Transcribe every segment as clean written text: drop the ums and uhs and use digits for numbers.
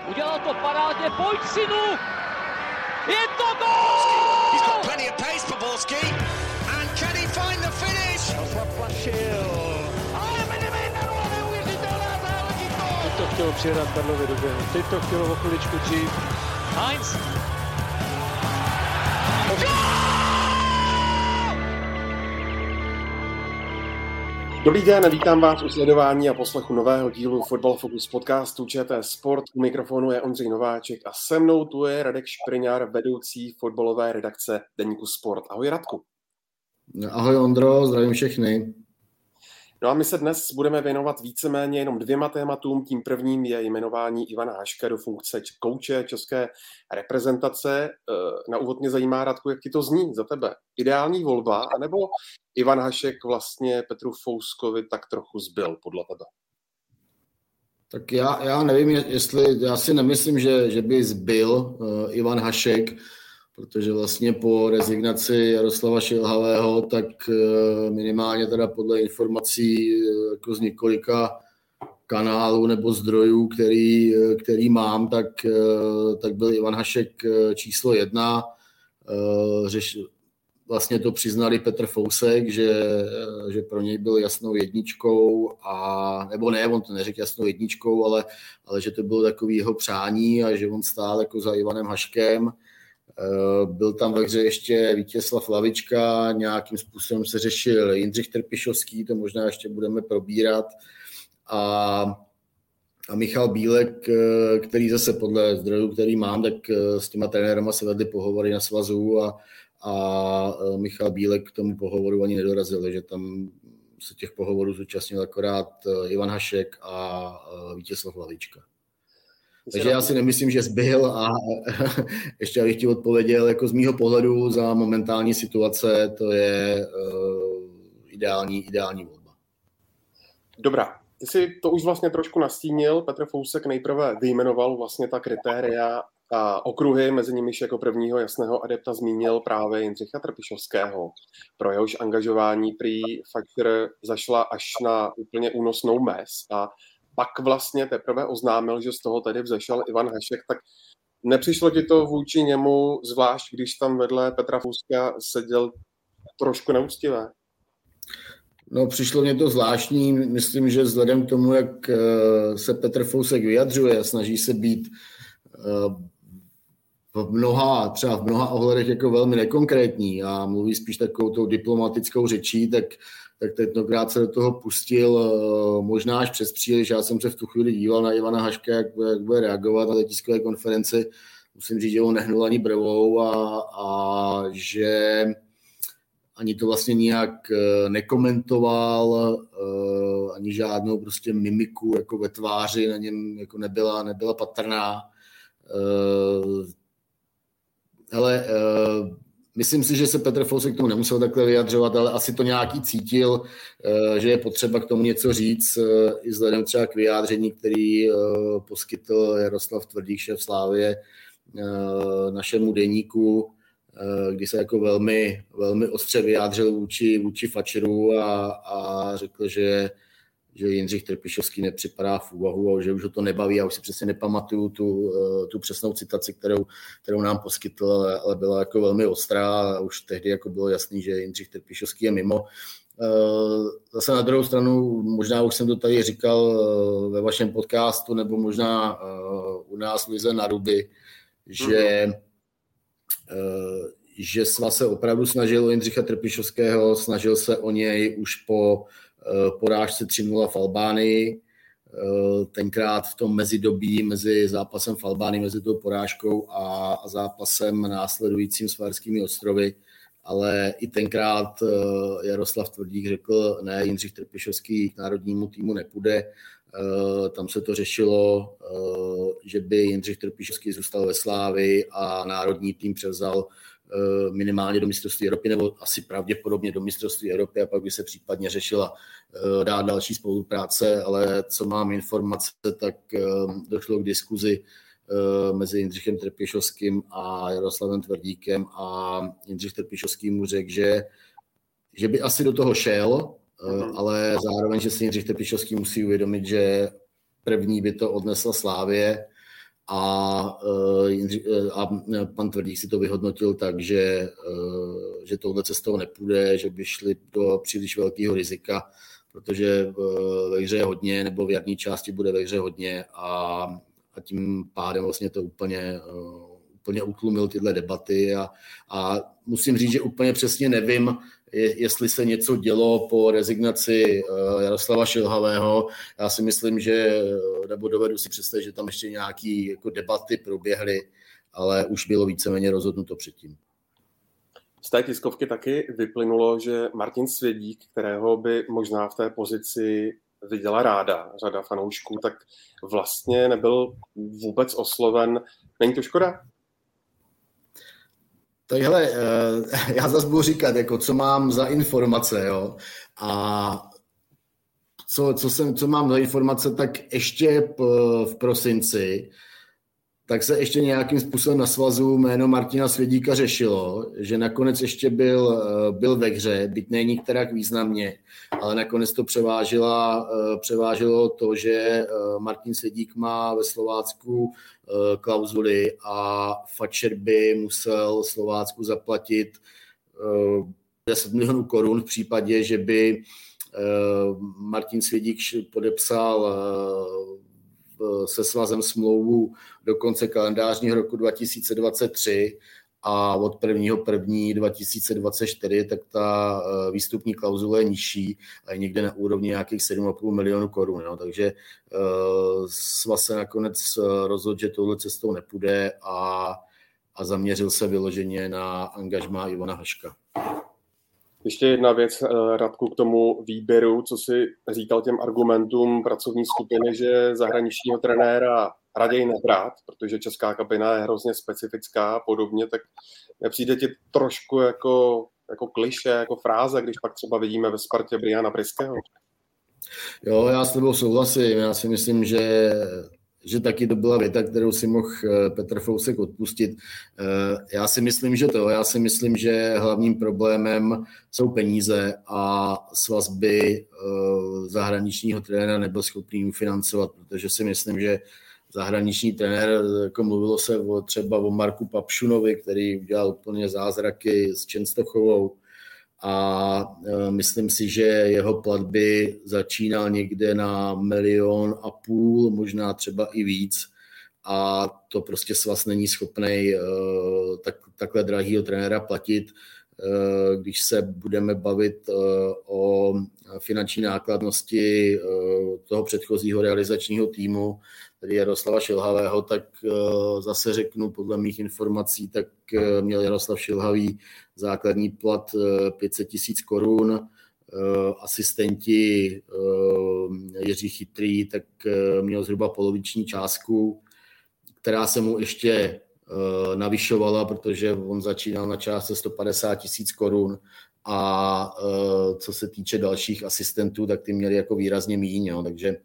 Udělal to parádně, pojď synu! Je to gól! He's got plenty of pace for Borski. And can he find the finish? Ale Medvedev, neuvěřitelná záležitost! Teď to chtělo přihrát Karlovi do běhu, teď to chtělo o chviličku dřív. Heinz! Dobrý den, vítám vás u sledování a poslechu nového dílu Football Focus podcastu ČT Sport. U mikrofonu je Ondřej Nováček a se mnou tu je Radek Špriňar, vedoucí fotbalové redakce deníku Sport. Ahoj Radku. Ahoj Ondro, zdravím všechny. No a my se dnes budeme věnovat víceméně jenom dvěma tématům. Tím prvním je jmenování Ivana Haška do funkce kouče české reprezentace. Na úvod mě zajímá, Radku, jak ti to zní za tebe? Ideální volba, anebo Ivan Hašek vlastně Petru Fouskovi tak trochu zbyl podle tebe? Tak já nevím, já si nemyslím, že by zbyl Ivan Hašek, protože vlastně po rezignaci Jaroslava Šilhavého, tak minimálně teda podle informací jako z několika kanálů nebo zdrojů, který mám, tak byl Ivan Hašek číslo 1. Vlastně to přiznali Petr Fousek, že pro něj byl jasnou jedničkou, nebo ne, on to neřekl jasnou jedničkou, ale že to bylo takový jeho přání a že on stál jako za Ivanem Haškem. Byl tam ve hře ještě Vítězslav Lavička, nějakým způsobem se řešil Jindřich Trpišovský, to možná ještě budeme probírat, a Michal Bílek, který zase podle zdrojů, který mám, tak s těma trenérama se vedli pohovory na svazu a Michal Bílek k tomu pohovoru ani nedorazil, že tam se těch pohovorů zúčastnil akorát Ivan Hašek a Vítězslav Lavička. Takže já si nemyslím, že zbyl a ještě abych ti odpověděl, jako z mýho pohledu za momentální situace to je ideální volba. Dobrá, ty jsi to už vlastně trošku nastínil. Petr Fousek nejprve vyjmenoval vlastně ta kritéria a okruhy, mezi nimiž jako prvního jasného adepta zmínil právě Jindřicha Trpišovského. Pro jehož angažování prý Fatcher zašla až na úplně únosnou mez a pak vlastně teprve oznámil, že z toho tedy vzešel Ivan Hašek, tak nepřišlo ti to vůči němu, zvlášť když tam vedle Petra Fouska seděl, trošku neúctivé? No, přišlo mě to zvláštní, myslím, že vzhledem k tomu, jak se Petr Fousek vyjadřuje, snaží se být třeba v mnoha ohledech jako velmi nekonkrétní a mluví spíš takovou tou diplomatickou řečí, tak tentokrát se do toho pustil možná až přes příliš. Já jsem se v tu chvíli díval na Ivana Haška, jak bude reagovat na té tiskové konferenci. Musím říct, že ho nehnul ani brvou a že ani to vlastně nijak nekomentoval, ani žádnou prostě mimiku jako ve tváři na něm jako nebyla patrná. Hele, myslím si, že se Petr Fousek k tomu nemusel takhle vyjadřovat, ale asi to nějaký cítil, že je potřeba k tomu něco říct, i vzhledem třeba k vyjádření, který poskytl Jaroslav Tvrdík, šéf Slavie, našemu deníku, kdy se jako velmi, velmi ostře vyjádřil vůči Fatcheru a řekl, že Jindřich Trpišovský nepřipadá v úvahu a že už ho to nebaví a už si přesně nepamatuju tu přesnou citaci, kterou nám poskytl, ale byla jako velmi ostrá a už tehdy jako bylo jasný, že Jindřich Trpišovský je mimo. Zase na druhou stranu, možná už jsem to tady říkal ve vašem podcastu nebo možná u nás v Lize na Ruby, že Svaz se opravdu snažil o Jindřicha Trpišovského, snažil se o něj už po porážce 3-0 v Albánii, tenkrát v tom mezidobí mezi zápasem v Albánii, mezi tou porážkou a zápasem následujícím s Faerskými ostrovy, ale i tenkrát Jaroslav Tvrdík řekl, ne, Jindřich Trpišovský k národnímu týmu nepůjde. Tam se to řešilo, že by Jindřich Trpišovský zůstal ve Slávii a národní tým převzal minimálně do mistrovství Evropy, nebo asi pravděpodobně do mistrovství Evropy a pak by se případně řešila dát další spolupráce, ale co mám informace, tak došlo k diskuzi mezi Jindřichem Trpišovským a Jaroslavem Tvrdíkem a Jindřich Trpišovský mu řekl, že by asi do toho šel, ale zároveň, že si Jindřich Trpišovský musí uvědomit, že první by to odnesla Slavie a pan Tvrdík si to vyhodnotil tak, že touhle cestou nepůjde, že by šli do příliš velkého rizika, protože ve hře je hodně, nebo v jarní části bude ve hře hodně a tím pádem vlastně to úplně utlumil tyhle debaty a musím říct, že úplně přesně nevím, jestli se něco dělo po rezignaci Jaroslava Šilhavého. Já si myslím, že, nebo dovedu si představit, že tam ještě nějaké jako debaty proběhly, ale už bylo víceméně rozhodnuto předtím. Z té tiskovky taky vyplynulo, že Martin Svědík, kterého by možná v té pozici viděla ráda řada fanoušků, tak vlastně nebyl vůbec osloven. Není to škoda? Tak hele, já zase budu říkat, jako, co mám za informace, jo, a co mám za informace, tak ještě v prosinci, tak se ještě nějakým způsobem na svazu jméno Martina Svědíka řešilo, že nakonec ještě byl ve hře, byť ne nikterak významně, ale nakonec to převážilo to, že Martin Svědík má ve Slovácku klauzuli a Fatcher by musel Slovácku zaplatit 10 milionů korun v případě, že by Martin Svědík podepsal se svazem smlouvu do konce kalendářního roku 2023 a od 1.1.2024 tak ta výstupní klauzule je nižší a je někde na úrovni nějakých 7,5 milionů korun. No. Takže svaz se nakonec rozhodl, že touhle cestou nepůjde a zaměřil se vyloženě na angažmá Ivana Haška. Ještě jedna věc, Radku, k tomu výběru, co si říkal těm argumentům pracovní skupiny, že zahraničního trenéra raději nebrát, protože česká kabina je hrozně specifická a podobně, tak nepřijde ti trošku jako klišé, jako fráze, když pak třeba vidíme ve Spartě Briana Bryského? Jo, já s tebou souhlasím. Já si myslím, že taky to byla věta, kterou si mohl Petr Fousek odpustit. Já si myslím, že hlavním problémem jsou peníze a svaz by zahraničního trenéra nebyl schopný financovat, protože si myslím, že zahraniční trenér, jako mluvilo se třeba o Marku Papšunovi, který udělal úplně zázraky s Čenstochovou, a myslím si, že jeho platby začínal někde na 1,5 milionu, možná třeba i víc, a to prostě svaz není schopnej takhle drahýho trenéra platit. Když se budeme bavit o finanční nákladnosti toho předchozího realizačního týmu, tedy Jaroslava Šilhavého, tak zase řeknu, podle mých informací, tak měl Jaroslav Šilhavý základní plat 500 000 korun, asistenti Jiří Chytrý tak měl zhruba poloviční částku, která se mu ještě navyšovala, protože on začínal na částce 150 000 korun a co se týče dalších asistentů, tak ty měli jako výrazně míň, jo,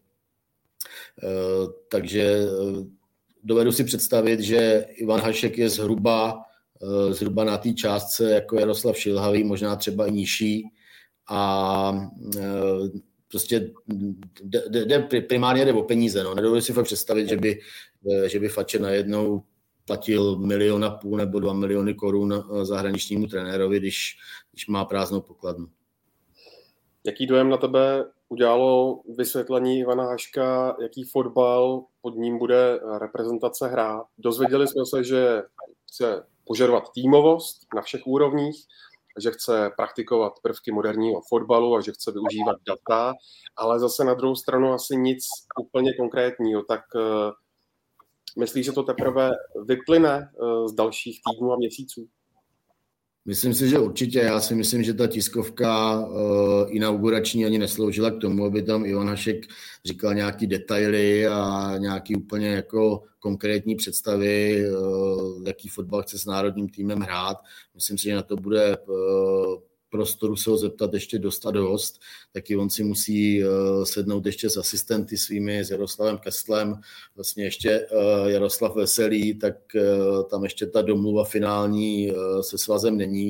takže dovedu si představit, že Ivan Hašek je zhruba na té částce jako Jaroslav Šilhavý, možná třeba i nižší, a prostě primárně jde o peníze. No. Nedovedu si fakt představit, že by Fatcher najednou platil 1,5 milionu nebo 2 miliony korun zahraničnímu trenérovi, když má prázdnou pokladnu. Jaký dojem na tebe udělalo vysvětlení Ivana Haška, jaký fotbal pod ním bude reprezentace hrát? Dozvěděli jsme se, že chce požadovat týmovost na všech úrovních, že chce praktikovat prvky moderního fotbalu a že chce využívat data, ale zase na druhou stranu asi nic úplně konkrétního. Tak myslíš, že to teprve vyplyne z dalších týdnů a měsíců? Myslím si, že určitě. Já si myslím, že ta tiskovka inaugurační ani nesloužila k tomu, aby tam Ivan Hašek říkal nějaký detaily a nějaký úplně jako konkrétní představy, jaký fotbal chce s národním týmem hrát. Myslím si, že na to bude prostoru se ho zeptat ještě dost a dost, taky on si musí sednout ještě s asistenty svými, s Jaroslavem Kestlem, vlastně ještě Jaroslav Veselý, tak tam ještě ta domluva finální se svazem není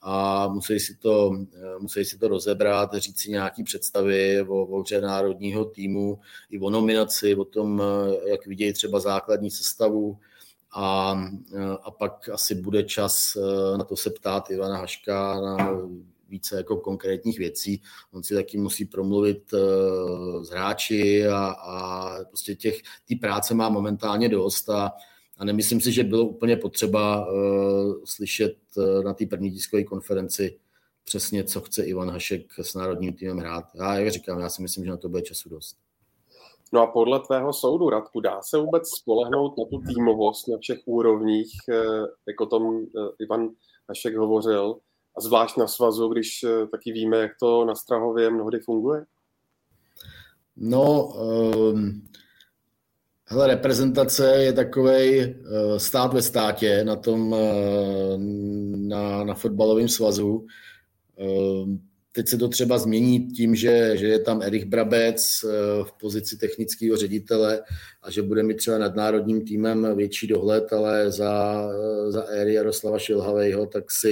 a musí si to rozebrat, říct si nějaký představy o hře národního týmu, i o nominaci, o tom, jak vidějí třeba základní sestavu a pak asi bude čas na to se ptát Ivana Haška na více jako konkrétních věcí. On si taky musí promluvit s hráči a prostě té práce má momentálně dost a nemyslím si, že bylo úplně potřeba slyšet na té první tiskové konferenci přesně, co chce Ivan Hašek s národním týmem hrát. Jak říkám, já si myslím, že na to bude času dost. No a podle tvého soudu, Radku, dá se vůbec spolehnout na tu týmovost na všech úrovních, jak o tom Ivan Hašek hovořil, a zvlášť na svazu, když taky víme, jak to na Strahově mnohdy funguje? No, hele, reprezentace je takovej stát ve státě na fotbalovém svazu. Teď se to třeba změní tím, že je tam Erich Brabec v pozici technického ředitele a že bude mít třeba nad národním týmem větší dohled, ale za éry Jaroslava Šilhavejho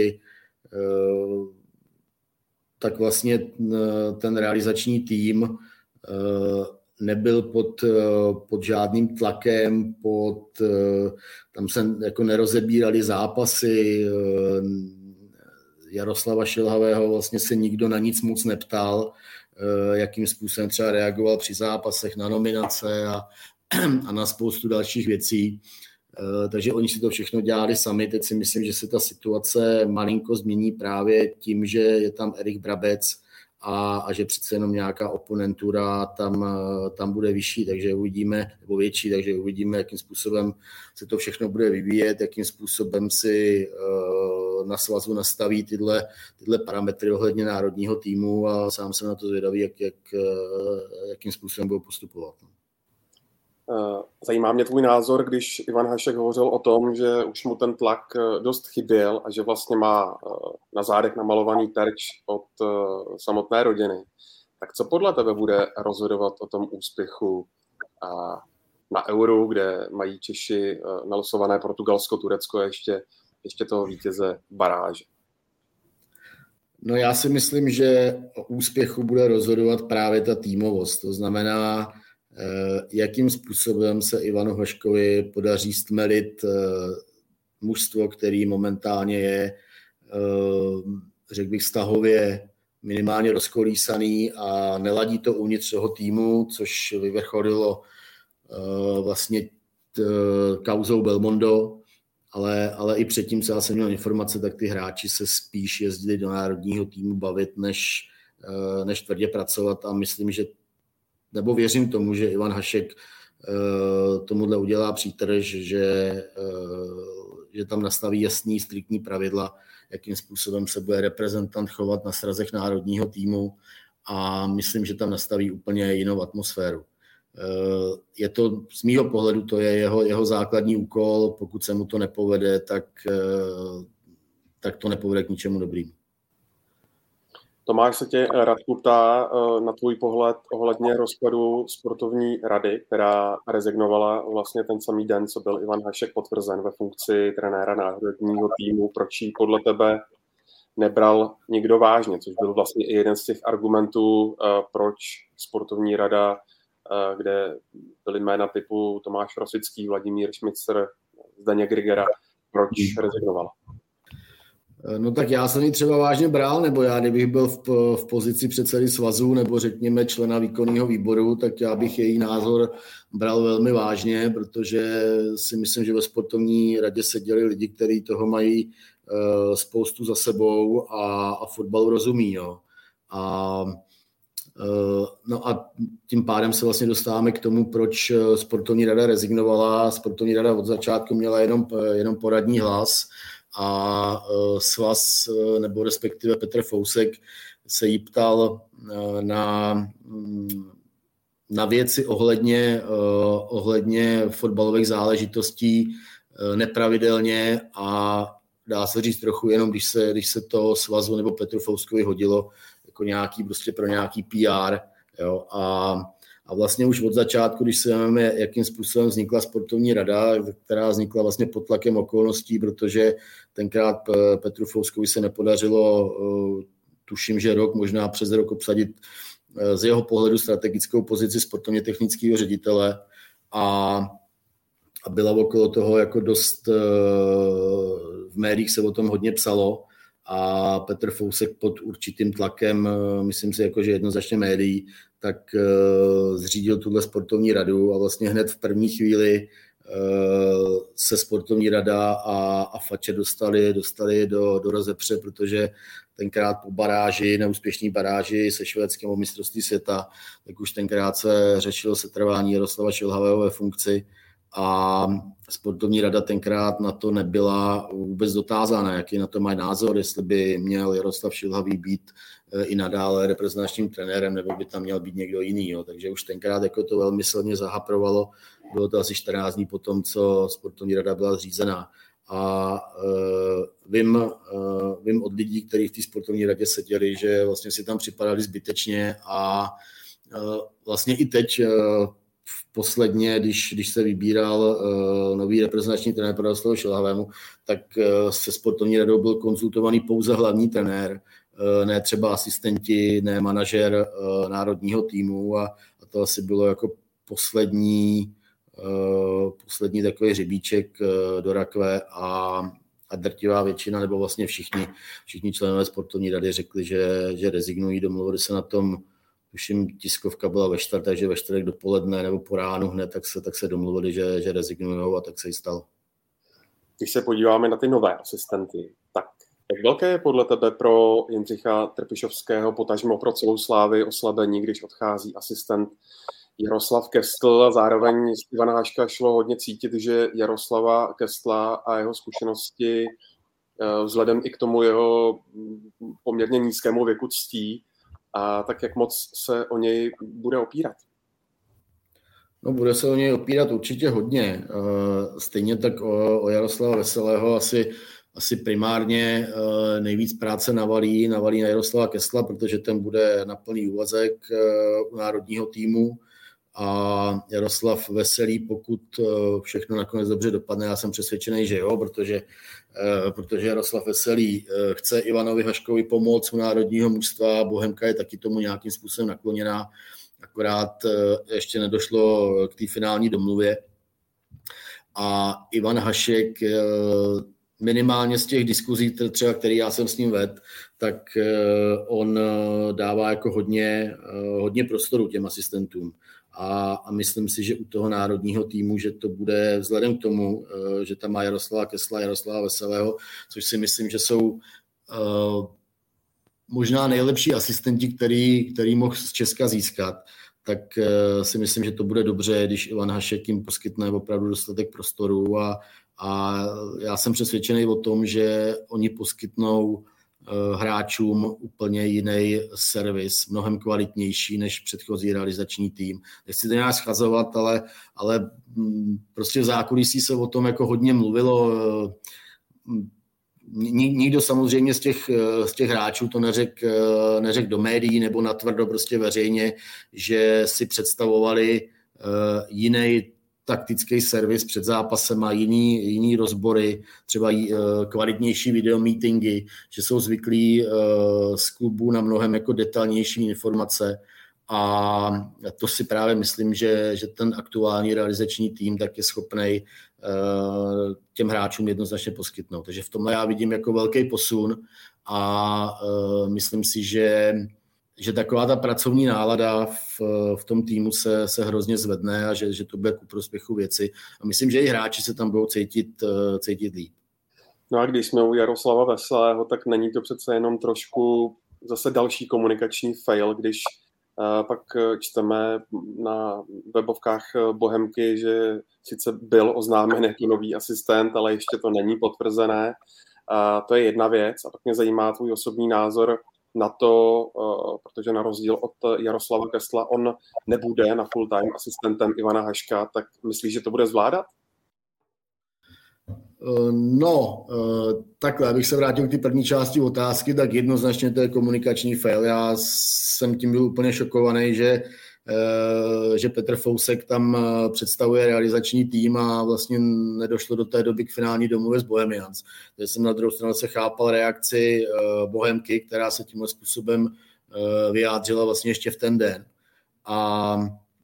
tak vlastně ten realizační tým nebyl pod žádným tlakem, tam se jako nerozebírali zápasy, Jaroslava Šilhavého vlastně se nikdo na nic moc neptal, jakým způsobem třeba reagoval při zápasech na nominace a na spoustu dalších věcí. Takže oni si to všechno dělali sami. Teď si myslím, že se ta situace malinko změní právě tím, že je tam Erich Brabec a že přece jenom nějaká oponentura tam bude vyšší, takže uvidíme, nebo větší, takže uvidíme, jakým způsobem se to všechno bude vyvíjet, jakým způsobem si na svazu nastaví tyhle parametry ohledně národního týmu a sám jsem na to zvědavý, jakým způsobem budou postupovat. Zajímá mě tvůj názor, když Ivan Hašek hovořil o tom, že už mu ten tlak dost chyběl a že vlastně má na zádech namalovaný terč od samotné rodiny. Tak co podle tebe bude rozhodovat o tom úspěchu na Euru, kde mají Češi nalosované Portugalsko, Turecko a ještě toho vítěze baráže? No já si myslím, že o úspěchu bude rozhodovat právě ta týmovost. To znamená, jakým způsobem se Ivanu Haškovi podaří stmelit mužstvo, který momentálně je, řekl bych, stahově minimálně rozkolísaný a neladí to uvnitř toho týmu, což vyvrcholilo vlastně kauzou Belmondo, ale i předtím, co já jsem měl informace, tak ty hráči se spíš jezdili do národního týmu bavit, než tvrdě pracovat a myslím, že nebo věřím tomu, že Ivan Hašek tomuhle udělá přítrž, že tam nastaví jasný, striktní pravidla, jakým způsobem se bude reprezentant chovat na srazech národního týmu a myslím, že tam nastaví úplně jinou atmosféru. Je to, z mýho pohledu, to je jeho základní úkol, pokud se mu to nepovede, tak to nepovede k ničemu dobrým. Tomáš se tě, Radku, ptá na tvůj pohled ohledně rozpadu sportovní rady, která rezignovala vlastně ten samý den, co byl Ivan Hašek potvrzen ve funkci trenéra národního týmu. Proč ji podle tebe nebral nikdo vážně, což byl vlastně i jeden z těch argumentů, proč sportovní rada, kde byly jména typu Tomáš Rosický, Vladimír Šmicer, Zdeněk Grigera, proč rezignovala? No tak já jsem ji třeba vážně bral, nebo já, kdybych byl v pozici předsedy svazu nebo řekněme člena výkonného výboru, tak já bych její názor bral velmi vážně, protože si myslím, že ve sportovní radě seděli lidi, kteří toho mají spoustu za sebou a fotbalu rozumí. Jo. No a tím pádem se vlastně dostáváme k tomu, proč sportovní rada rezignovala. Sportovní rada od začátku měla jenom poradní hlas, a svaz, nebo respektive Petr Fousek se jí ptal na věci ohledně fotbalových záležitostí nepravidelně a dá se říct trochu jenom, když se to svazu nebo Petru Fouskovi hodilo jako nějaký, prostě pro nějaký PR. Jo, a A vlastně už od začátku, když se vezmeme, jakým způsobem vznikla sportovní rada, která vznikla vlastně pod tlakem okolností, protože tenkrát Petru Fouskovi se nepodařilo, tuším, že rok, možná přes rok obsadit z jeho pohledu strategickou pozici sportovně technického ředitele a byla okolo toho jako dost, v médiích se o tom hodně psalo a Petr Fousek pod určitým tlakem, myslím si, jako, že jednoznačně médií, tak zřídil tuhle sportovní radu a vlastně hned v první chvíli se sportovní rada a FAČE dostali do rozepře, protože tenkrát po baráži, neúspěšný baráži se Švédskem o mistrovství světa, tak už tenkrát se řešilo setrvání Jaroslava Šilhavého ve funkci a sportovní rada tenkrát na to nebyla vůbec dotázána, jaký na to mají názor, jestli by měl Jaroslav Šilhavý být i nadále reprezentačním trenérem, nebo by tam měl být někdo jiný. Jo. Takže už tenkrát jako to velmi silně zahaprovalo. Bylo to asi 14 dní potom, co sportovní rada byla zřízená. A vím od lidí, kteří v té sportovní radě seděli, že vlastně si tam připadali zbytečně a vlastně i teď posledně, když se vybíral nový reprezentační trenér pro Jaroslava Šilhavému, tak se sportovní radou byl konzultovaný pouze hlavní trenér, ne třeba asistenti, ne manažer národního týmu a to asi bylo jako poslední takový hřebíček do rakve a drtivá většina, nebo vlastně všichni členové sportovní rady řekli, že rezignují, domluvili se na tom, tuším, tiskovka byla ve čtvrtek, takže ve čtvrtek dopoledne nebo po ránu hned, tak se domluvili, že rezignujou a tak se jí stalo. Když se podíváme na ty nové asistenty, tak jak velké je podle tebe pro Jindřicha Trpišovského, potažmo pro celou Slávy oslabení, když odchází asistent Jaroslav Kestl a zároveň z Ivana Haška šlo hodně cítit, že Jaroslava Kestla a jeho zkušenosti vzhledem i k tomu jeho poměrně nízkému věku ctí, a tak jak moc se o něj bude opírat? No, bude se o něj opírat určitě hodně. Stejně tak o Jaroslava Veselého asi primárně nejvíc práce navalí na Jaroslava Kestla, protože ten bude na plný úvazek u národního týmu a Jaroslav Veselý, pokud všechno nakonec dobře dopadne, já jsem přesvědčený, že jo, protože Jaroslav Veselý chce Ivanovi Haškovi pomoct u národního mužstva, Bohemka je taky tomu nějakým způsobem nakloněná, akorát ještě nedošlo k té finální domluvě. A Ivan Hašek minimálně z těch diskuzí, třeba který já jsem s ním vedl, tak on dává jako hodně prostoru těm asistentům. A myslím si, že u toho národního týmu, že to bude vzhledem k tomu, že tam má Jaroslava Kestla, Jaroslava Veselého, což si myslím, že jsou možná nejlepší asistenti, který mohl z Česka získat, tak si myslím, že to bude dobře, když Ivan Hašek jim poskytne opravdu dostatek prostoru a já jsem přesvědčený o tom, že oni poskytnou hráčům úplně jiný servis, mnohem kvalitnější než předchozí realizační tým. Nechci to nějak schazovat, ale prostě v zákulisí se o tom jako hodně mluvilo. Nikdo samozřejmě z těch hráčů to neřekl do médií nebo natvrdo prostě veřejně, že si představovali jiný taktický servis před zápasem a jiný rozbory, třeba kvalitnější videomeetingy, že jsou zvyklí z klubu na mnohem jako detailnější informace a to si právě myslím, že ten aktuální realizační tým tak je schopnej těm hráčům jednoznačně poskytnout. Takže v tomhle já vidím jako velký posun a myslím si, že taková ta pracovní nálada v tom týmu se hrozně zvedne a že to bude ku prospěchu věci. A myslím, že i hráči se tam budou cítit líp. No a když jsme u Jaroslava Veselého, tak není to přece jenom trošku zase další komunikační fail, když pak čteme na webovkách Bohemky, že sice byl oznámen jako nový asistent, ale ještě to není potvrzené. A to je jedna věc. A pak mě zajímá tvůj osobní názor na to, protože na rozdíl od Jaroslava Kestla on nebude na full-time asistentem Ivana Haška, tak myslíš, že to bude zvládat? No, takhle, abych se vrátil k té první části otázky, tak jednoznačně to je komunikační fail. Já jsem tím byl úplně šokovaný, že že Petr Fousek tam představuje realizační tým a vlastně nedošlo do té doby k finální domluvě s Bohemians. Takže jsem na druhou stranu se chápal reakci Bohemky, která se tímhle způsobem vyjádřila vlastně ještě v ten den. A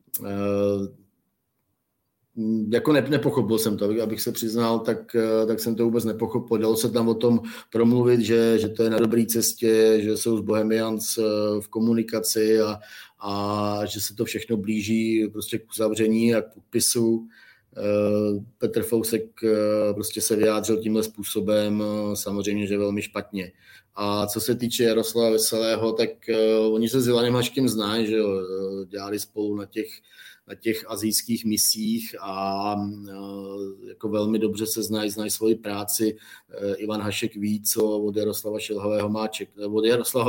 jako nepochopil jsem to, abych se přiznal, tak jsem to vůbec nepochopil. Dalo se tam o tom promluvit, že to je na dobré cestě, že jsou s Bohemians v komunikaci a že se to všechno blíží prostě k uzavření a k podpisu. Petr Fousek prostě se vyjádřil tímhle způsobem, samozřejmě, že velmi špatně. A co se týče Jaroslava Veselého, tak oni se s Ivanem Haškem znají, že jo, dělali spolu na těch asijských misích a jako velmi dobře se znají svoji práci. Ivan Hašek ví, co od Jaroslava Šilhavého má čekat, od Jaroslava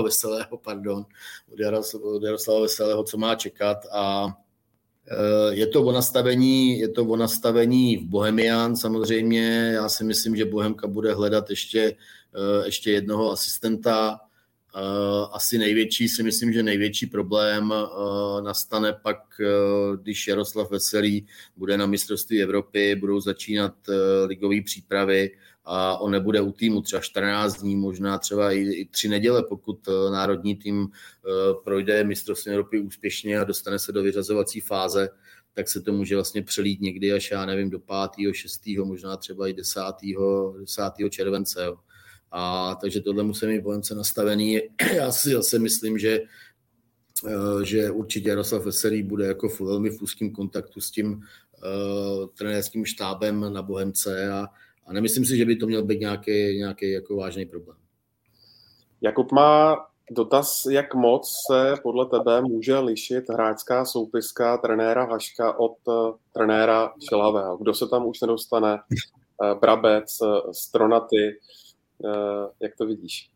Veselého, co má čekat a je to o nastavení v Bohemian samozřejmě. Já si myslím, že Bohemka bude hledat ještě jednoho asistenta. Asi největší problém nastane pak, když Jaroslav Veselý bude na mistrovství Evropy, budou začínat ligové přípravy a on nebude u týmu třeba 14 dní, možná třeba i 3 neděle, pokud národní tým projde mistrovství Evropy úspěšně a dostane se do vyřazovací fáze, tak se to může vlastně přelít někdy až, já nevím, do 5., 6., možná třeba i 10. července. Jo. A takže tohle musí mít Bohemce nastavený. Já si zase myslím, že určitě Jaroslav Veselý bude jako velmi v úzkém kontaktu s tím trenérským štábem na Bohemce a nemyslím si, že by to měl být nějaký jako vážný problém. Jakub má dotaz, jak moc se podle tebe může lišit hráčská soupiska trenéra Haška od trenéra Šilhavého? Kdo se tam už nedostane? Brabec, Stronaty? Jak to vidíš?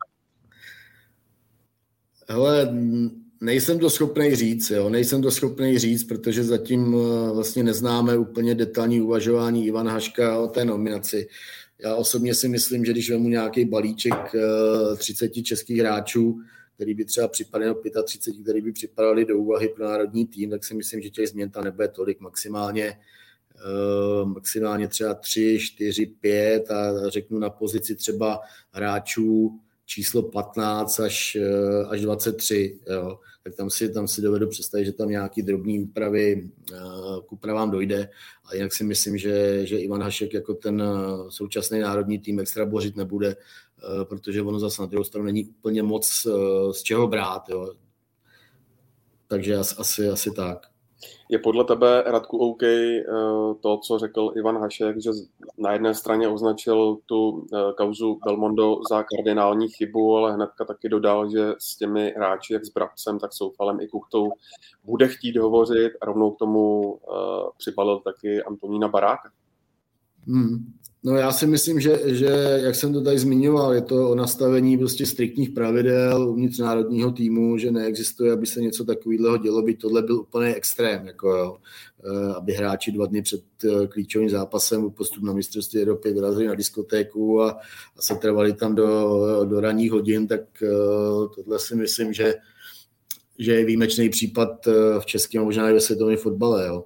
Hele, nejsem to schopný říct, protože zatím vlastně neznáme úplně detailní uvažování Ivana Haška o té nominaci. Já osobně si myslím, že když vemu nějaký balíček 30 českých hráčů, který by třeba připadali, 35, který by připadali do úvahy pro národní tým, tak si myslím, že těch změn tam nebude tolik, maximálně třeba 3, 4, 5 a řeknu na pozici třeba hráčů číslo 15 až 23, jo. Tak tam si dovedu představit, že tam nějaký drobný k úpravám dojde a jinak si myslím, že Ivan Hašek jako ten současný národní tým extra bořit nebude, protože ono zase na druhou stranu není úplně moc z čeho brát, jo. Takže asi tak. Je podle tebe, Radku, OK to, co řekl Ivan Hašek, že na jedné straně označil tu kauzu Belmondo za kardinální chybu, ale hnedka taky dodal, že s těmi hráči, jak s Brabcem, tak Soufalem i Kuchtou, bude chtít hovořit a rovnou k tomu přibalil taky Antonína Baráka? No já si myslím, že jak jsem to tady zmiňoval, je to o nastavení prostě striktních pravidel uvnitř národního týmu, že neexistuje, aby se něco takového dělo, by tohle byl úplný extrém, jako jo. Aby hráči 2 dny před klíčovým zápasem o postup na mistrovství Evropy vyrazili na diskotéku a se trvali tam do ranních hodin, tak tohle si myslím, že je výjimečný případ v českém, možná i ve světovém fotbale, jo.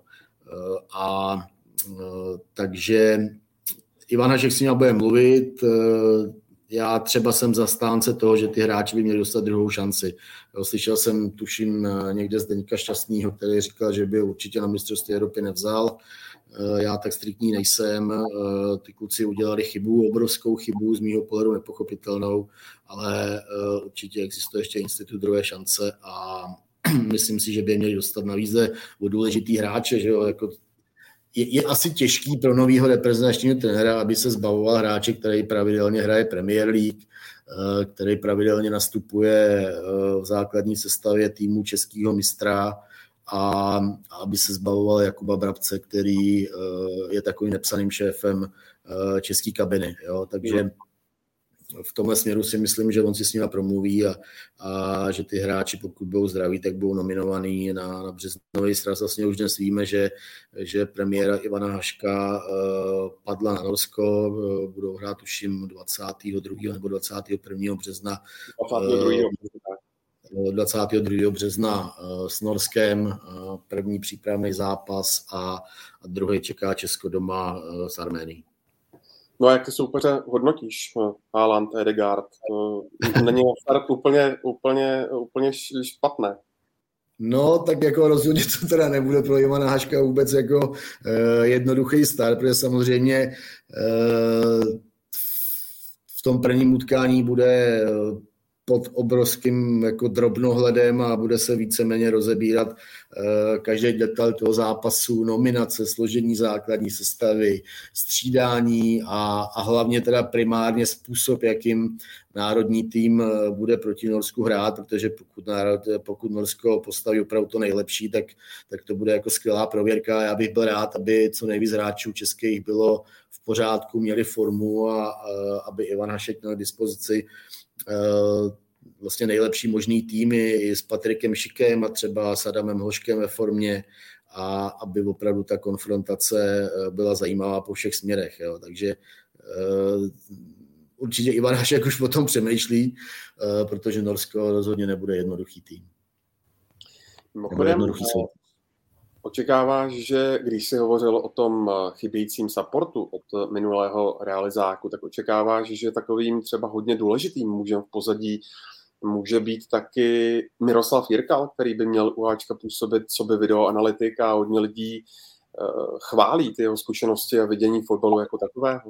Takže Ivan Hašek s ním bude mluvit. Já třeba jsem zastánce toho, že ty hráči by měli dostat druhou šanci. Slyšel jsem, tuším, někde Zdeňka Šťastného, který říkal, že by určitě na mistrovství Evropy nevzal. Já tak striktní nejsem. Ty kluci udělali chybu, obrovskou chybu, z mýho pohledu nepochopitelnou, ale určitě existuje ještě institut druhé šance a myslím si, že by měli dostat navíc o důležitý hráče, že jo, jako je asi těžký pro novýho reprezentačního trenéra, aby se zbavoval hráče, který pravidelně hraje Premier League, který pravidelně nastupuje v základní sestavě týmu českého mistra a aby se zbavoval Jakuba Brabce, který je takovým nepsaným šéfem české kabiny. Jo? Takže v tomhle směru si myslím, že on si s nima promluví a že ty hráči, pokud budou zdraví, tak budou nominovaný na březnový sraz. Vlastně už dnes víme, že premiéra Ivana Haška padla na Norsko, budou hrát tuším 22. nebo 21. března 22. března s Norskem, první přípravný zápas a druhý čeká Česko doma s Arménií. No a jak ty soupeře hodnotíš? Haaland, Ødegaard, není start úplně špatné. No, tak jako rozhodně to teda nebude pro Ivana Haška vůbec jako jednoduchý start, protože samozřejmě v tom prvním utkání bude pod obrovským jako drobnohledem a bude se víceméně rozebírat každý detail toho zápasu, nominace, složení základní7, střídání a hlavně teda primárně způsob, jakým národní tým bude proti Norsku hrát, protože pokud Norsko postaví opravdu to nejlepší, tak to bude jako skvělá prověrka. Já bych byl rád, aby co nejvíc hráčů českých bylo v pořádku, měli formu a aby Ivan Hašek měl k dispozici vlastně nejlepší možný týmy i s Patrikem Šikem a třeba s Adamem Hoškem ve formě a aby opravdu ta konfrontace byla zajímavá po všech směrech. Jo. Takže určitě Ivan Hašek už o tom přemýšlí, protože Norsko rozhodně nebude jednoduchý tým. Očekáváš, že když jsi hovořil o tom chybějícím supportu od minulého realizáku, tak očekáváš, že takovým třeba hodně důležitým mužem v pozadí může být taky Miroslav Jirkal, který by měl u Ačka působit coby videoanalytik a hodně lidí chválí ty jeho zkušenosti a vidění fotbalu jako takového?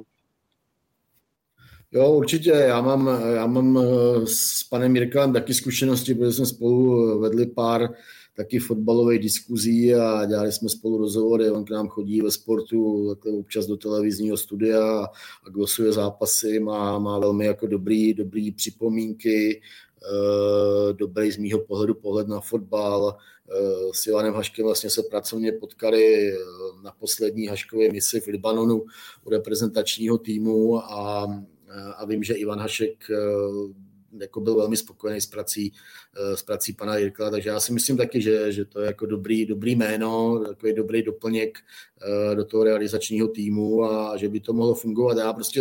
Jo, určitě. Já mám s panem Jirkalem taky zkušenosti, protože jsme spolu vedli pár taky fotbalových diskuzí a dělali jsme spolu rozhovory. On k nám chodí ve sportu občas do televizního studia a glosuje zápasy, má velmi jako dobrý připomínky, dobrý z mýho pohledu pohled na fotbal. S Ivanem Haškem vlastně se pracovně potkali na poslední Haškově misi v Libanonu u reprezentačního týmu a vím, že Ivan Hašek jako byl velmi spokojený s prací pana Jirkla, takže já si myslím taky, že to je jako dobrý jméno, takový dobrý doplněk do toho realizačního týmu a že by to mohlo fungovat. Já prostě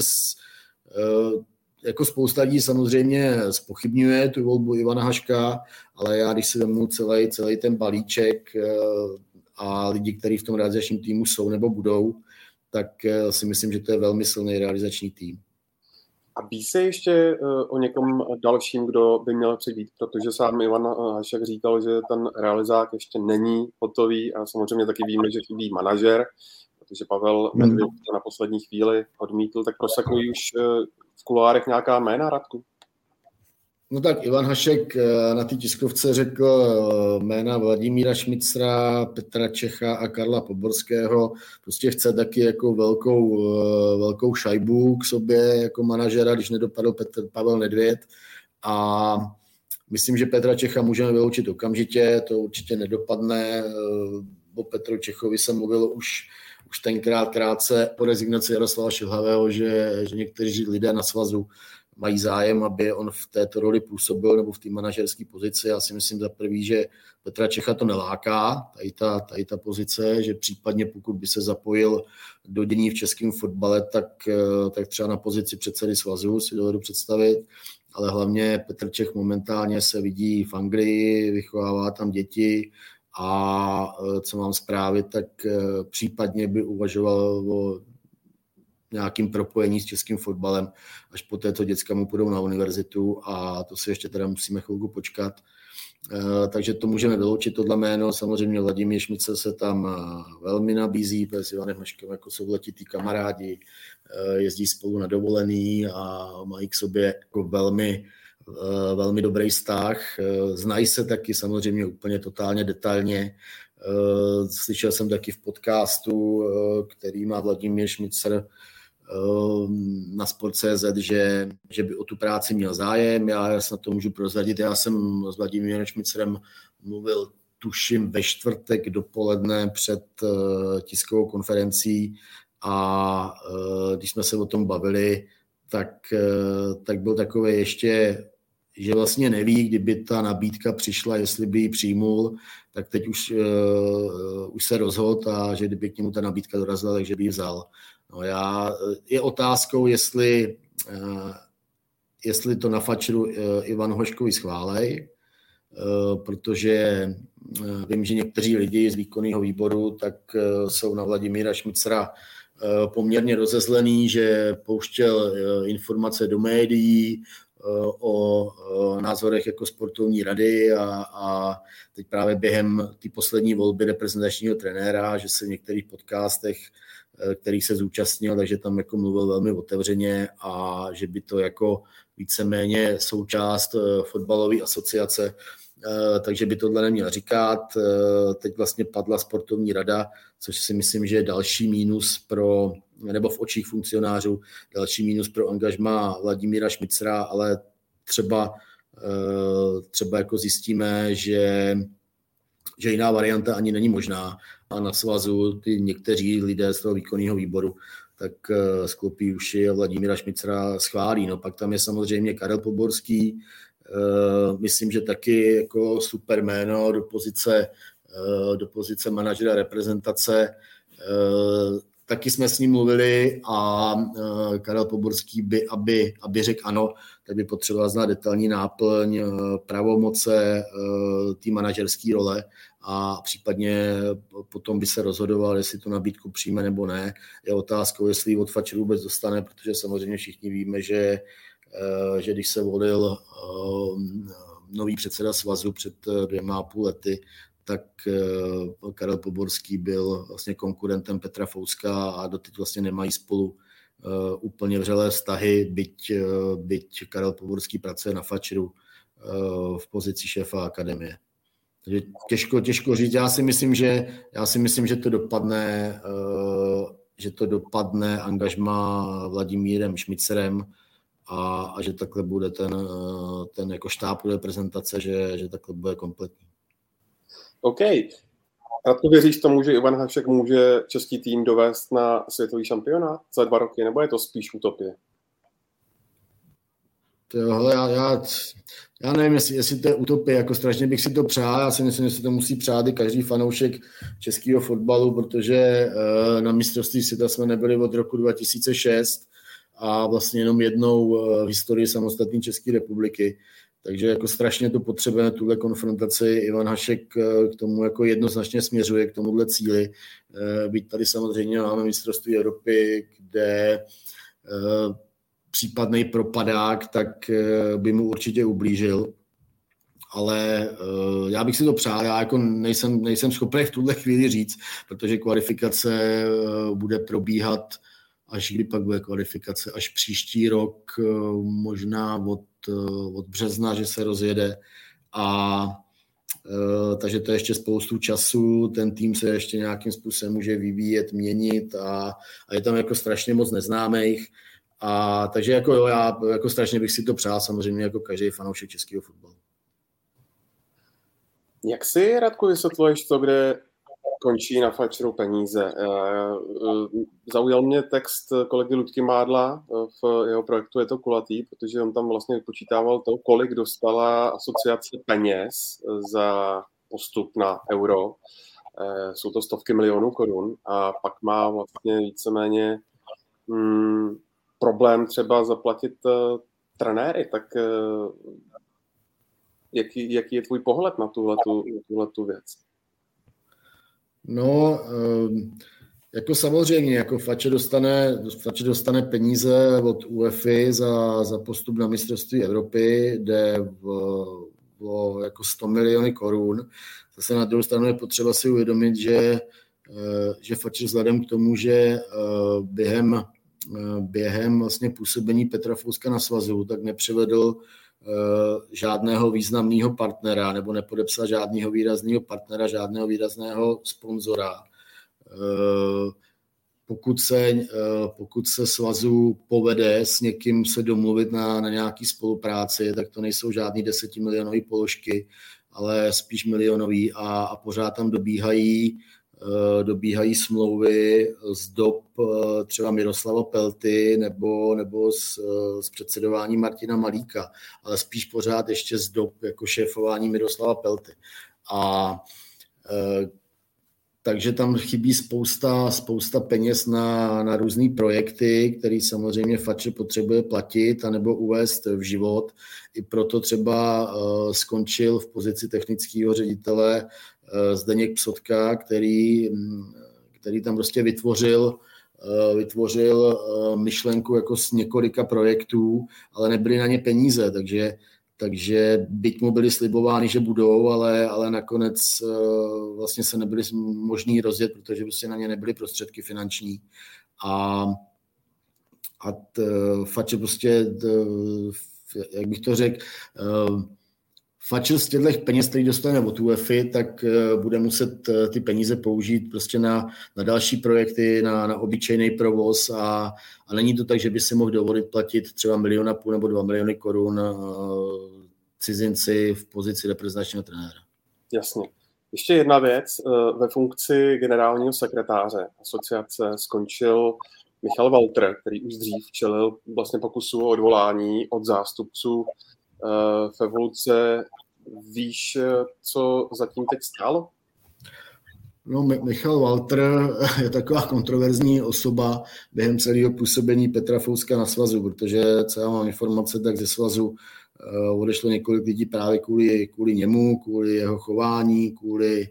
jako spousta lidí samozřejmě zpochybňuje tu volbu Ivana Haška, ale já, když si vezmu celý ten balíček a lidi, kteří v tom realizačním týmu jsou nebo budou, tak si myslím, že to je velmi silný realizační tým. A ví se ještě o někom dalším, kdo by měl přijít, protože sám Ivan Hašek říkal, že ten realizák ještě není hotový a samozřejmě taky víme, že chybí manažer, protože Pavel Nedvěd to na poslední chvíli odmítl, tak prosakují už v kuloárech nějaká jména, Radku? No tak Ivan Hašek na té tiskovce řekl jména Vladimíra Šmicra, Petra Čecha a Karla Poborského. Prostě chce taky jako velkou šajbu k sobě jako manažera, když nedopadl Pavel Nedvěd. A myslím, že Petra Čecha můžeme vyloučit okamžitě, to určitě nedopadne. O Petru Čechovi jsem mluvil už tenkrát krátce po rezignaci Jaroslava Šilhavého, že někteří lidé na svazu mají zájem, aby on v této roli působil nebo v té manažerské pozici. Já si myslím za prvý, že Petra Čecha to neláká, tady ta pozice, že případně pokud by se zapojil do dění v českém fotbale, tak třeba na pozici předsedy svazu si dovedu představit, ale hlavně Petr Čech momentálně se vidí v Anglii, vychovává tam děti a co mám zprávy, tak případně by uvažoval o nějakým propojení s českým fotbalem, až poté to děcka mu půjdou na univerzitu a to si ještě teda musíme chvilku počkat. Takže to můžeme vyloučit, tohle jméno. Samozřejmě Vladimír Šmice se tam velmi nabízí, protože s Ivanem Haškem jako jsou letitý kamarádi, jezdí spolu na dovolený a mají k sobě jako velmi dobrý vztah. Znají se taky samozřejmě úplně totálně detailně. Slyšel jsem taky v podcastu, který má Vladimír Šmicer na Sport.cz, že by o tu práci měl zájem. Já snad to můžu prozradit. Já jsem s Vladimírem Šmicerem mluvil tuším ve čtvrtek dopoledne před tiskovou konferencí a když jsme se o tom bavili, tak byl takový ještě, že vlastně neví, kdyby ta nabídka přišla, jestli by ji přijmul, tak teď už se rozhodl a že kdyby k němu ta nabídka dorazila, takže by ji vzal. No je otázkou, jestli to na fačru Ivanu Haškovi schválej, protože vím, že někteří lidi z výkonného výboru tak jsou na Vladimíra Šmicra poměrně rozezlený, že pouštěl informace do médií o názorech jako sportovní rady a teď právě během té poslední volby reprezentačního trenéra, že se v některých podcastech, kterých se zúčastnil, takže tam jako mluvil velmi otevřeně a že by to jako víceméně součást fotbalové asociace, takže by tohle neměl říkat. Teď vlastně padla sportovní rada, což si myslím, že je další mínus nebo v očích funkcionářů, další mínus pro angažmá Vladimíra Šmicra, ale třeba jako zjistíme, že jiná varianta ani není možná a na svazu ty někteří lidé z toho výkonného výboru tak sklopí uši a Vladimíra Šmicra schválí. No pak tam je samozřejmě Karel Poborský, myslím, že taky jako super jméno do pozice manažera reprezentace. Taky jsme s ním mluvili a Karel Poborský by, aby řekl ano, tak by potřeboval znát detailní náplň, pravomoce, té manažerské role a případně potom by se rozhodoval, jestli tu nabídku přijme nebo ne. Je otázkou, jestli ji od Fatscheru vůbec dostane, protože samozřejmě všichni víme, že když se volil nový předseda svazu před 2,5 lety, tak Karel Poborský byl vlastně konkurentem Petra Fouska a doteď vlastně nemají spolu úplně vřelé vztahy, byť Karel Poborský pracuje na Fatscheru v pozici šéfa akademie. Takže těžko říct. Já si myslím, že to dopadne angažmá Vladimírem Šmicerem a že takhle bude ten jako štáb reprezentace, že takhle bude kompletní. OK. Radko, věříš tomu, že Ivan Hašek může český tým dovést na světový šampionát za 2 roky, nebo je to spíš utopie? Já nevím, jestli to je utopie, jako strašně bych si to přál, já si myslím, že si to musí přát i každý fanoušek českého fotbalu, protože na mistrovství světa jsme nebyli od roku 2006 a vlastně jenom jednou v historii samostatné České republiky. Takže jako strašně to potřebujeme, tuhle konfrontaci. Ivan Hašek k tomu jako jednoznačně směřuje, k tomuhle cíli. Byť tady samozřejmě máme mistrovství Evropy, kde případný propadák, tak by mu určitě ublížil. Ale já bych si to přál, já jako nejsem schopný v tuhle chvíli říct, protože kvalifikace bude probíhat až kdy pak bude kvalifikace, až příští rok, možná od března, že se rozjede takže to je ještě spoustu času, ten tým se ještě nějakým způsobem může vyvíjet, měnit a je tam jako strašně moc neznámých takže jako jo, já jako strašně bych si to přál, samozřejmě jako každý fanoušek českého fotbalu. Jak si, Radku, vysvětluješ to, kde končí na Fatscheru peníze? Zaujal mě text kolegy Luďky Mádla v jeho projektu Je to kulatý, protože on tam vlastně vypočítával to, kolik dostala asociace peněz za postup na Euro. Jsou to stovky milionů korun a pak má vlastně víceméně problém třeba zaplatit trenéry. Tak jaký je tvůj pohled na tuhletu věc? No, jako samozřejmě, jako Fatcher dostane peníze od UEFA za postup na mistrovství Evropy, jde o jako 100 miliony korun. Zase na druhou stranu je potřeba si uvědomit, že Fatcher vzhledem k tomu, že během vlastně působení Petra Fouska na svazu, tak nepřivedl žádného významného partnera nebo nepodepsal žádného výrazného partnera, žádného výrazného sponzora. Pokud se svazu povede s někým se domluvit na nějaký spolupráci, tak to nejsou žádný 10 milionové položky, ale spíš milionový a pořád tam dobíhají smlouvy z dob třeba Miroslava Pelty nebo z předsedování Martina Malíka, ale spíš pořád ještě z dob jako šéfování Miroslava Pelty. A Takže tam chybí spousta peněz na různé projekty, které samozřejmě Fatcher potřebuje platit anebo uvést v život. I proto třeba skončil v pozici technického ředitele Zdeněk Psotka, který tam prostě vytvořil myšlenku jako z několika projektů, ale nebyly na ně peníze, takže byť mu byly slibovány, že budou, ale nakonec vlastně se nebyly možný rozjet, protože prostě na ně nebyly prostředky finanční. A Fatcher prostě, jak bych to řekl, Fatcher z těchto peněz, který dostane od UEFI, tak bude muset ty peníze použít prostě na další projekty, na obyčejný provoz a není to tak, že by si mohl dovolit platit třeba 1,5 milionu nebo 2 miliony korun cizinci v pozici reprezentačního trenéra. Jasně. Ještě jedna věc. Ve funkci generálního sekretáře asociace skončil Michal Walter, který už dřív čelil vlastně pokusu o odvolání od zástupců v evoluce. Víš, co zatím teď stalo? No, Michal Walter je taková kontroverzní osoba během celého působení Petra Fouska na svazu, protože co já mám informace, tak ze svazu odešlo několik lidí právě kvůli němu, kvůli jeho chování, kvůli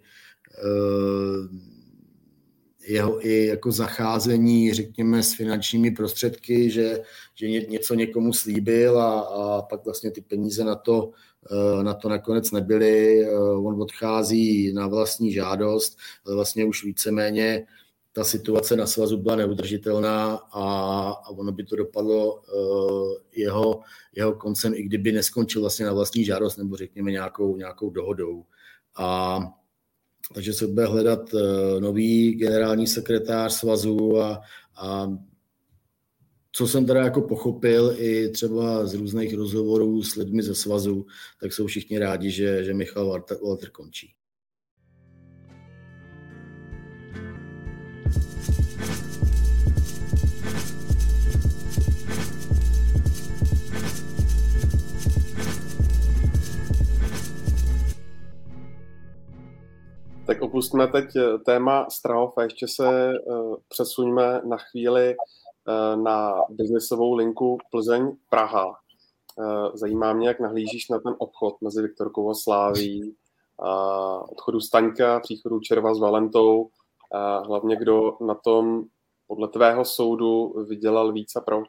jeho i jako zacházení, řekněme, s finančními prostředky, že něco někomu slíbil a pak vlastně ty peníze na to nakonec nebyly. On odchází na vlastní žádost, ale vlastně už víceméně ta situace na svazu byla neudržitelná a ono by to dopadlo jeho koncem, i kdyby neskončil vlastně na vlastní žádost nebo řekněme nějakou dohodou. Takže se bude hledat nový generální sekretář svazu a co jsem teda jako pochopil i třeba z různých rozhovorů s lidmi ze svazu, tak jsou všichni rádi, že Michal Walter končí. Tak opustíme teď téma Strahov a ještě se přesuňme na chvíli na biznesovou linku Plzeň-Praha. Zajímá mě, jak nahlížíš na ten obchod mezi Viktorkou a Sláví, odchodu Staňka, příchodu Červa s Valentou, hlavně kdo na tom podle tvého soudu vydělal víc a proč?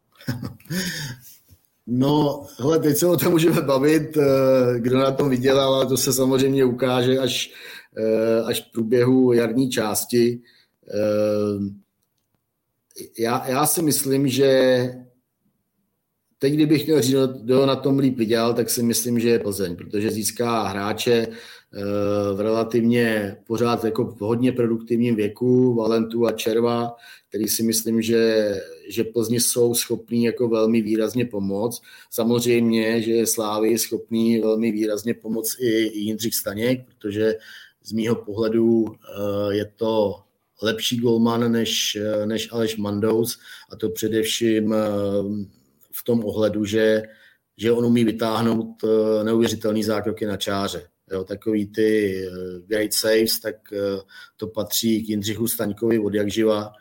No, hele, teď se o tom můžeme bavit, kdo na tom vydělal, ale to se samozřejmě ukáže až v průběhu jarní části. Já si myslím, že teď, kdybych měl říct, kdo na tom líp vydělal, tak si myslím, že je Plzeň, protože získá hráče v relativně pořád jako v hodně produktivním věku, Valentu a Červa, který si myslím, že Plzni jsou schopní jako velmi výrazně pomoct. Samozřejmě, že je Slávy schopný velmi výrazně pomoct i Jindřich Staněk, protože z mýho pohledu je to lepší golman než Aleš Mandous, a to především v tom ohledu, že on umí vytáhnout neuvěřitelný zákroky na čáře. Jo, takový ty great saves, tak to patří k Jindřichu Staňkovi od jakživa.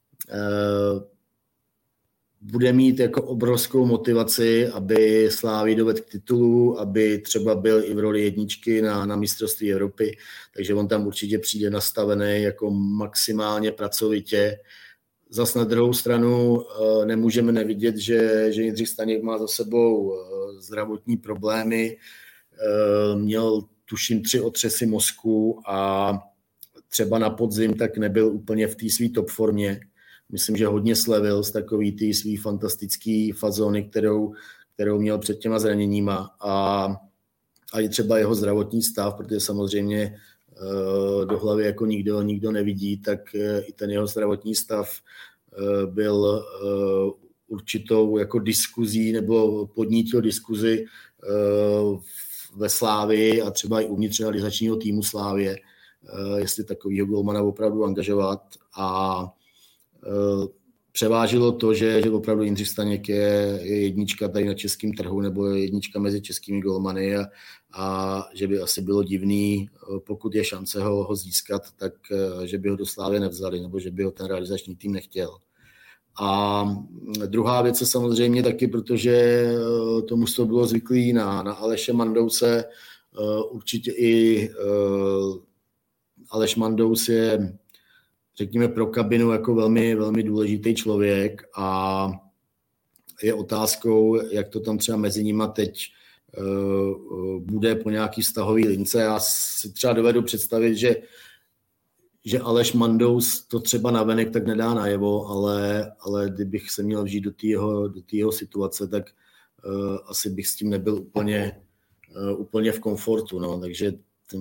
Bude mít jako obrovskou motivaci, aby Slávy dovedl k titulu, aby třeba byl i v roli jedničky na mistrovství Evropy, takže on tam určitě přijde nastavený jako maximálně pracovitě. Zas na druhou stranu nemůžeme nevidět, že Jindřich Staněk má za sebou zdravotní problémy, měl tuším 3 otřesy mozku a třeba na podzim tak nebyl úplně v té své top formě. Myslím, že hodně slevil z takový ty svý fantastický fazony, kterou měl před těma zraněníma a i třeba jeho zdravotní stav, protože samozřejmě do hlavy jako nikdo nevidí, tak i ten jeho zdravotní stav byl určitou jako diskuzí nebo podnítil diskuzi ve Slávii a třeba i uvnitř realizačního týmu Slávie, jestli takovýho golmana opravdu angažovat. A převážilo to, že opravdu Jindřich Staněk je jednička tady na českém trhu nebo je jednička mezi českými golmany a že by asi bylo divný, pokud je šance ho získat, tak že by ho do Slávy nevzali nebo že by ho ten realizační tým nechtěl. A druhá věc je samozřejmě taky, protože to mužstvo bylo zvyklý na Aleše Mandouse, určitě i Aleš Mandous je, řekněme, pro kabinu jako velmi, velmi důležitý člověk a je otázkou, jak to tam třeba mezi nima teď bude po nějaký vztahový lince. Já si třeba dovedu představit, že Aleš Mandous to třeba navenek tak nedá najevo, ale kdybych se měl vžít do té jeho situace, tak asi bych s tím nebyl úplně v komfortu. No. Takže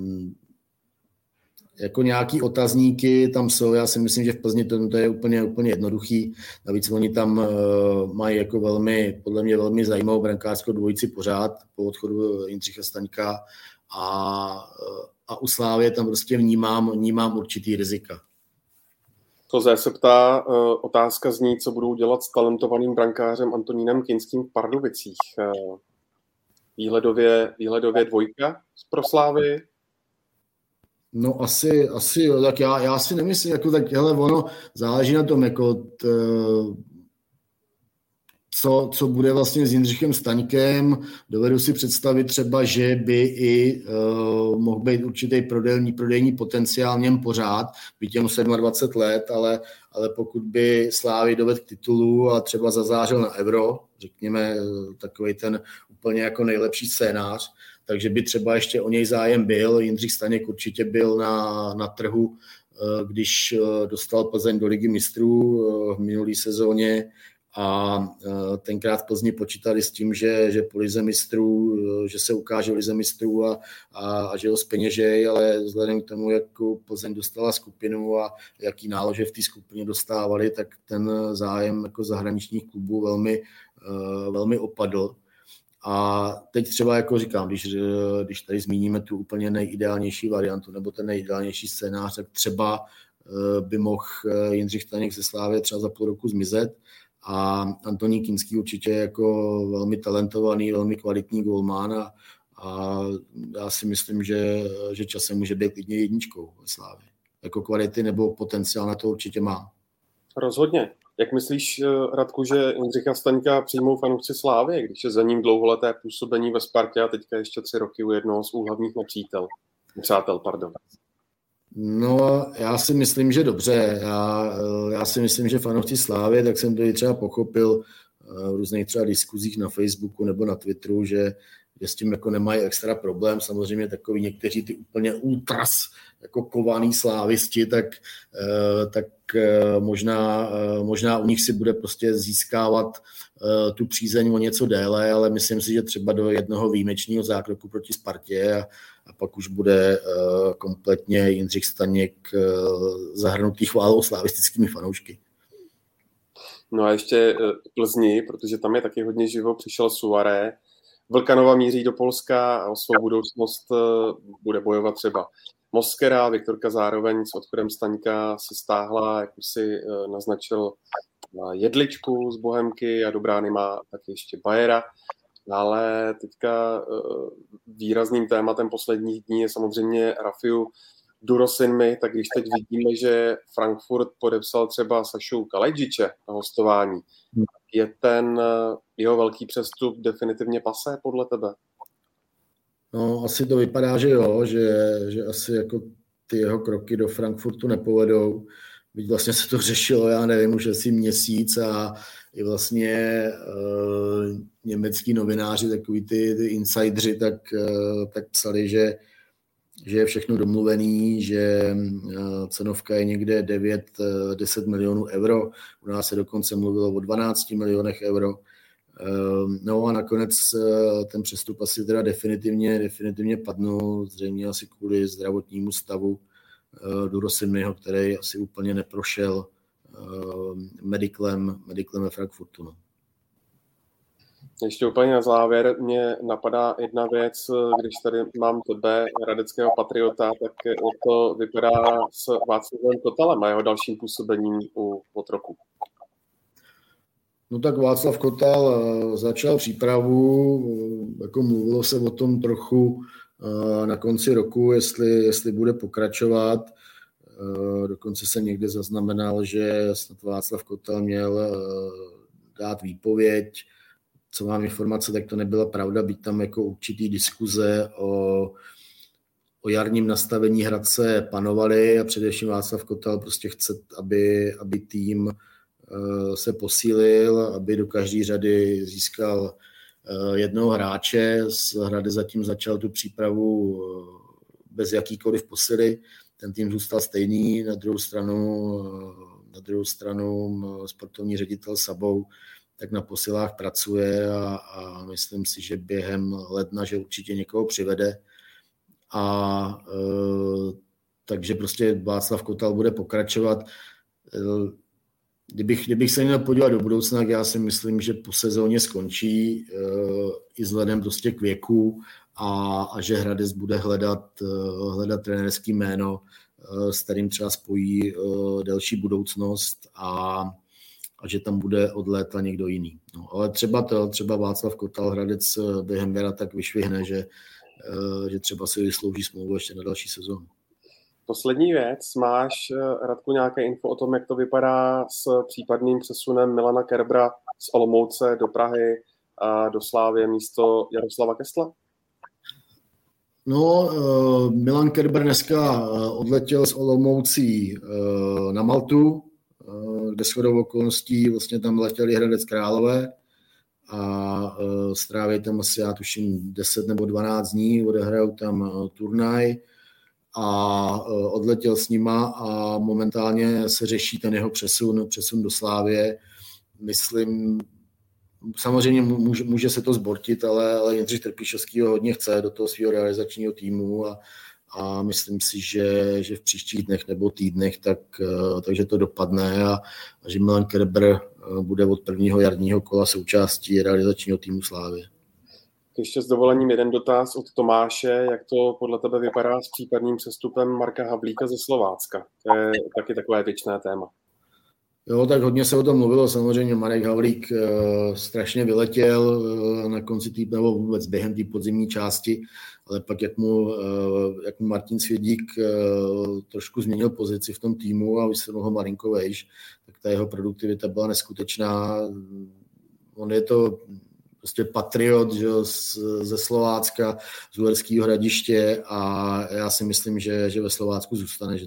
jako nějaký otazníky tam jsou, já si myslím, že v Plzni to je úplně jednoduchý. Navíc oni tam mají jako podle mě velmi zajímavou brankářskou dvojici pořád po odchodu Jindřicha Staňka a u Slávy tam prostě vnímám určitý rizika. To se ptá, otázka zní, co budou dělat s talentovaným brankářem Antonínem Kinským v Pardubicích. Výhledově dvojka pro Slávy? No asi jo, tak já si nemyslím, jako tak, hele, ono záleží na tom, jako co bude vlastně s Jindřichem Staňkem. Dovedu si představit třeba, že by i mohl být určitý prodejní potenciál něm pořád, byť jen 27 let, ale pokud by Slávy dovedl k titulu a třeba zazářil na Euro, řekněme takový ten úplně jako nejlepší scénář, takže by třeba ještě o něj zájem byl. Jindřich Staněk určitě byl na trhu, když dostal Plzeň do Ligy mistrů v minulý sezóně a tenkrát v Plzni počítali s tím, že po Lize mistrů, že se ukáže v Lize mistrů a že ho zpeněžej, ale vzhledem k tomu, jak Plzeň dostala skupinu a jaký nálože v té skupině dostávali, tak ten zájem jako zahraničních klubů velmi opadl. A teď třeba, jako říkám, když tady zmíníme tu úplně nejideálnější variantu nebo ten nejideálnější scénář, tak třeba by mohl Jindřich Staněk ze Slávy třeba za půl roku zmizet a Antonín Kinský určitě jako velmi talentovaný, velmi kvalitní golman a já si myslím, že časem může být klidně jedničkou ve Slávě. Jako kvality nebo potenciál na to určitě má. Rozhodně. Jak myslíš, Radku, že Jindřicha Staňka přijmou fanoušci Slávy, když je za ním dlouholeté působení ve Spartě a teďka ještě 3 roky u jednoho z úhlavních nepřátel? No, já si myslím, že dobře. Já si myslím, že fanoušci Slávy, tak jsem to i třeba pochopil v různých třeba diskuzích na Facebooku nebo na Twitteru, že s tím jako nemají extra problém. Samozřejmě takový někteří ty úplně ultras jako kovaný slávisti, tak možná u nich si bude prostě získávat tu přízeň o něco déle, ale myslím si, že třeba do jednoho výjimečného zákroku proti Spartě a pak už bude kompletně Jindřich Staněk zahrnutý chválou slavistickými fanoušky. No a ještě Plzni, protože tam je taky hodně živo, přišel Suaré. Vlkanova míří do Polska a o svou budoucnost bude bojovat třeba Moskera. Viktorka zároveň s odchodem Staňka si stáhla, jak už si naznačil, Jedličku z Bohemky a do brány má taky ještě Bayera. Ale teďka výrazným tématem posledních dní je samozřejmě Rafiu Durosinmi, tak když teď vidíme, že Frankfurt podepsal třeba Sašu Kalajdziče na hostování, je ten jeho velký přestup definitivně pasé podle tebe? No, asi to vypadá, že jo, že asi jako ty jeho kroky do Frankfurtu nepovedou. Byť vlastně se to řešilo, já nevím, už asi měsíc a i vlastně německý novináři, takový ty insidři, tak psali, že je všechno domluvený, že cenovka je někde 9-10 milionů euro. U nás se dokonce mluvilo o 12 milionech euro. No a nakonec ten přestup asi teda definitivně padnul, zřejmě asi kvůli zdravotnímu stavu Durosinmiho, který asi úplně neprošel mediklem ve Frankfurtu. No. Ještě úplně na závěr mě napadá jedna věc, když tady mám tebe, hradeckého patriota, tak jak to vypadá s Václavem Kotalem a jeho dalším působením u Otroku. No tak Václav Kotal začal přípravu, jako mluvilo se o tom trochu na konci roku, jestli bude pokračovat. Dokonce se někde zaznamenal, že snad Václav Kotal měl dát výpověď. Co mám informace, tak to nebyla pravda, byť tam jako určitý diskuze o jarním nastavení Hradce panovaly a především Václav Kotal prostě chce, aby tým se posílil, aby do každé řady získal jednoho hráče. Z Hradec zatím začal tu přípravu bez jakýkoliv posily. Ten tým zůstal stejný, na druhou stranu sportovní ředitel Sabou tak na posilách pracuje a myslím si, že během ledna, že určitě někoho přivede. Takže prostě Václav Kotal bude pokračovat. Kdybych se měl podívat do budoucna, tak já si myslím, že po sezóně skončí i vzhledem prostě k věku a že Hradec bude hledat trenérský jméno, s kterým třeba spojí delší budoucnost a že tam bude od léta někdo jiný. No, ale třeba Václav Kotal Hradec během jara tak vyšvihne, že třeba si vyslouží smlouvu ještě na další sezónu. Poslední věc, máš, Radku, nějaké info o tom, jak to vypadá s případným přesunem Milana Kerbera z Olomouce do Prahy a do Slávie místo Jaroslava Kessla? No, Milan Kerber dneska odletěl z Olomoucí na Maltu, kde shodou okolností vlastně tam letěli Hradec Králové a stráví tam asi, já tuším, 10 nebo 12 dní, odehrajou tam turnaj a odletěl s nima a momentálně se řeší ten jeho přesun do Slávie. Myslím, samozřejmě může se to zbortit, ale Jindřich Trpišovský ho hodně chce do toho svého realizačního týmu a myslím si, že v příštích dnech nebo týdnech takže to dopadne a že Milan Kerber bude od prvního jarního kola součástí realizačního týmu Slávie. Ještě s dovolením jeden dotaz od Tomáše. Jak to podle tebe vypadá s případným přestupem Marka Havlíka ze Slovácka? To je taky takové věčné téma. Jo, tak hodně se o tom mluvilo. Samozřejmě Marek Havlík strašně vyletěl na konci nebo vůbec během té podzimní části, ale pak jak mu Martin Svědík trošku změnil pozici v tom týmu a vysunul ho malinko vejš, tak ta jeho produktivita byla neskutečná. On je to prostě patriot, že, ze Slovácka, z Uherského Hradiště a já si myslím, že ve Slovácku zůstane,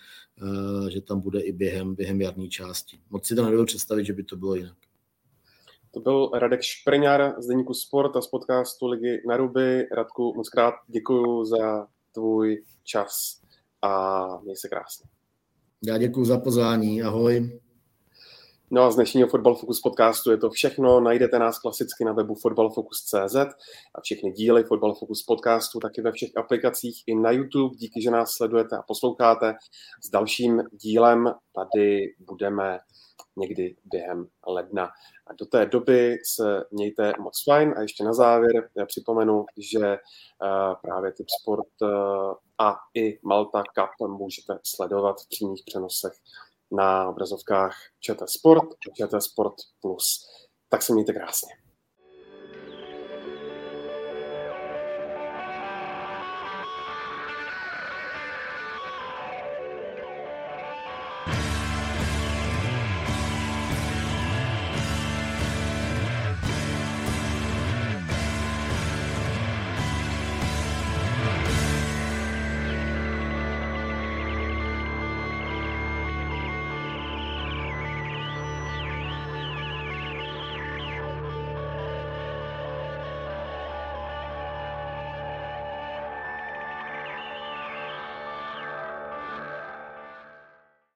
že tam bude i během jarní části. Moc si to nedovedu představit, že by to bylo jinak. To byl Radek Šprňar z deníku Sport a z podcastu Ligy na ruby. Radku, moc krát děkuju za tvůj čas a měj se krásně. Já děkuju za pozvání, ahoj. No a z dnešního Fotbal Focus podcastu je to všechno. Najdete nás klasicky na webu fotbalfocus.cz a všechny díly Fotbal Focus podcastu taky ve všech aplikacích i na YouTube. Díky, že nás sledujete a posloucháte. S dalším dílem tady budeme někdy během ledna. A do té doby se mějte moc fajn. A ještě na závěr já připomenu, že právě Tip Sport a i Malta Cup můžete sledovat v přímých přenosech na obrazovkách ČT Sport a ČT Sport Plus. Tak se mějte krásně.